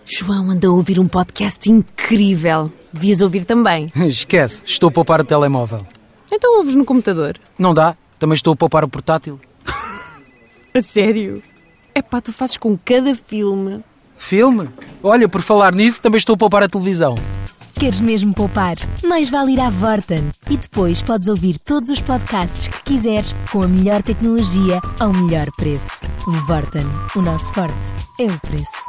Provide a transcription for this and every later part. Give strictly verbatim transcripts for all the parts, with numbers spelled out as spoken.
João anda a ouvir um podcast incrível. Devias ouvir também. Esquece, estou a poupar o telemóvel. Então ouves no computador? Não dá, também estou a poupar o portátil. A sério? Epá, tu fazes com cada filme. Filme? Olha, por falar nisso, também estou a poupar a televisão. Queres mesmo poupar? Mais vale ir à Vorten. E depois podes ouvir todos os podcasts que quiseres com a melhor tecnologia ao melhor preço. Vorten. O nosso forte é o preço.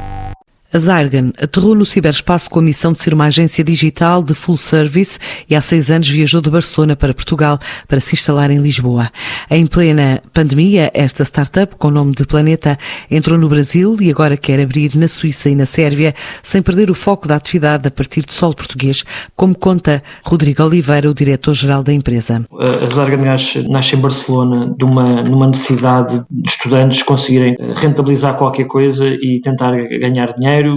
A Zargan aterrou no ciberespaço com a missão de ser uma agência digital de full service e há seis anos viajou de Barcelona para Portugal para se instalar em Lisboa. Em plena pandemia, esta startup, com o nome de Planeta, entrou no Brasil e agora quer abrir na Suíça e na Sérvia, sem perder o foco da atividade a partir de solo português, como conta Rodrigo Oliveira, o diretor-geral da empresa. A Zargan nasce, nasce em Barcelona de uma, numa necessidade de estudantes conseguirem rentabilizar qualquer coisa e tentar ganhar dinheiro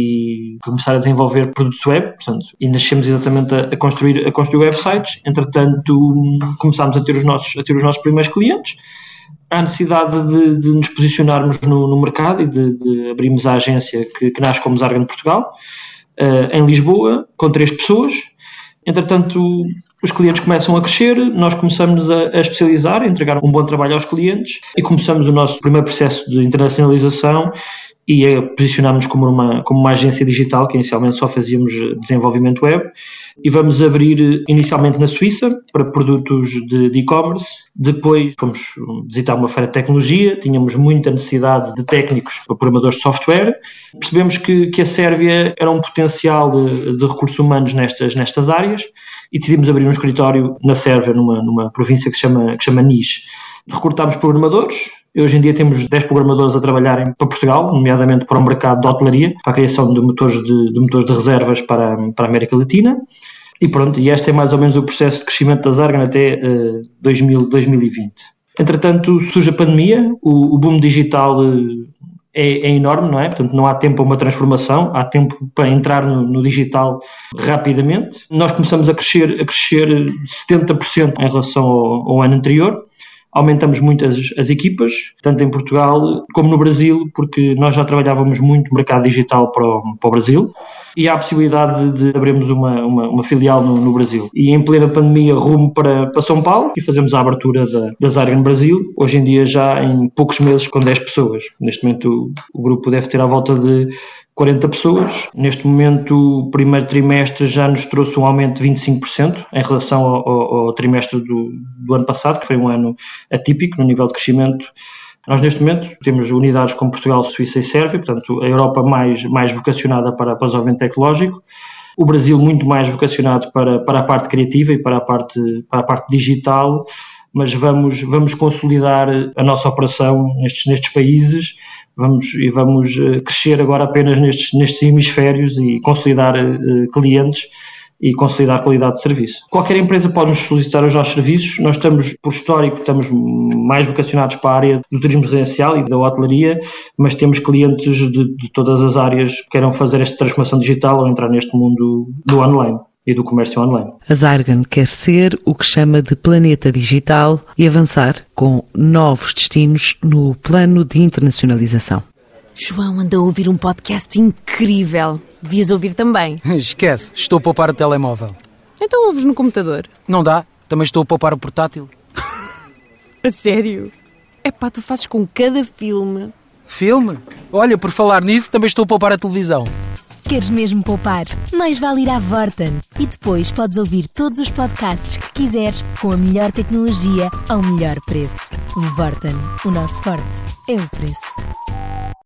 e começar a desenvolver produtos web, portanto, e nascemos exatamente a, a, construir, a construir websites. Entretanto, começámos a ter os nossos, a ter os nossos primeiros clientes. Há necessidade de, de nos posicionarmos no, no mercado e de, de abrirmos a agência que, que nasce como Zargan Portugal, uh, em Lisboa, com três pessoas. Entretanto, os clientes começam a crescer, nós começamos a, a especializar, a entregar um bom trabalho aos clientes e começamos o nosso primeiro processo de internacionalização e a posicionarmos como uma, como uma agência digital, que inicialmente só fazíamos desenvolvimento web, e vamos abrir inicialmente na Suíça para produtos de, de e-commerce. Depois fomos visitar uma feira de tecnologia, tínhamos muita necessidade de técnicos para programadores de software. Percebemos que, que a Sérvia era um potencial de, de recursos humanos nestas, nestas áreas e decidimos abrir um escritório na Sérvia, numa, numa província que se chama, que se chama Niš. Recrutámos programadores. Hoje em dia temos dez programadores a trabalharem para Portugal, nomeadamente para o mercado de hotelaria, para a criação de motores de, de, motores de reservas para, para a América Latina. E pronto, e este é mais ou menos o processo de crescimento da Zargan até uh, dois mil, dois mil e vinte. Entretanto, surge a pandemia, o, o boom digital uh, é, é enorme, não é? Portanto, não há tempo para uma transformação, há tempo para entrar no, no digital rapidamente. Nós começamos a crescer, a crescer setenta por cento em relação ao, ao ano anterior. Aumentamos muito as, as equipas, tanto em Portugal como no Brasil, porque nós já trabalhávamos muito mercado digital para o, para o Brasil e há a possibilidade de, de abrirmos uma, uma, uma filial no, no Brasil. E em plena pandemia rumo para, para São Paulo e fazemos a abertura da, da Zargan Brasil, hoje em dia já em poucos meses com dez pessoas. Neste momento o, o grupo deve ter à volta de quarenta pessoas. Neste momento, o primeiro trimestre já nos trouxe um aumento de vinte e cinco por cento em relação ao, ao, ao trimestre do, do ano passado, que foi um ano atípico no nível de crescimento. Nós, neste momento, temos unidades como Portugal, Suíça e Sérvia, portanto, a Europa mais, mais vocacionada para, para o desenvolvimento tecnológico, o Brasil muito mais vocacionado para, para a parte criativa e para a parte, para a parte digital, mas vamos, vamos consolidar a nossa operação nestes, nestes países. Vamos, e vamos crescer agora apenas nestes, nestes hemisférios e consolidar uh, clientes e consolidar a qualidade de serviço. Qualquer empresa pode nos solicitar os nossos serviços. Nós estamos, por histórico, estamos mais vocacionados para a área do turismo residencial e da hotelaria, mas temos clientes de, de todas as áreas que queiram fazer esta transformação digital ou entrar neste mundo do online e do comércio online. A Zargan quer ser o que chama de planeta digital e avançar com novos destinos no plano de internacionalização. João anda a ouvir um podcast incrível. Devias ouvir também. Esquece, estou a poupar o telemóvel. Então ouves no computador? Não dá, também estou a poupar o portátil. A sério? Epá, tu fazes com cada filme. Filme? Olha, por falar nisso, também estou a poupar a televisão. Queres mesmo poupar? Mais vale ir à Vorten. E depois podes ouvir todos os podcasts que quiseres com a melhor tecnologia ao melhor preço. Vorten. O nosso forte é o preço.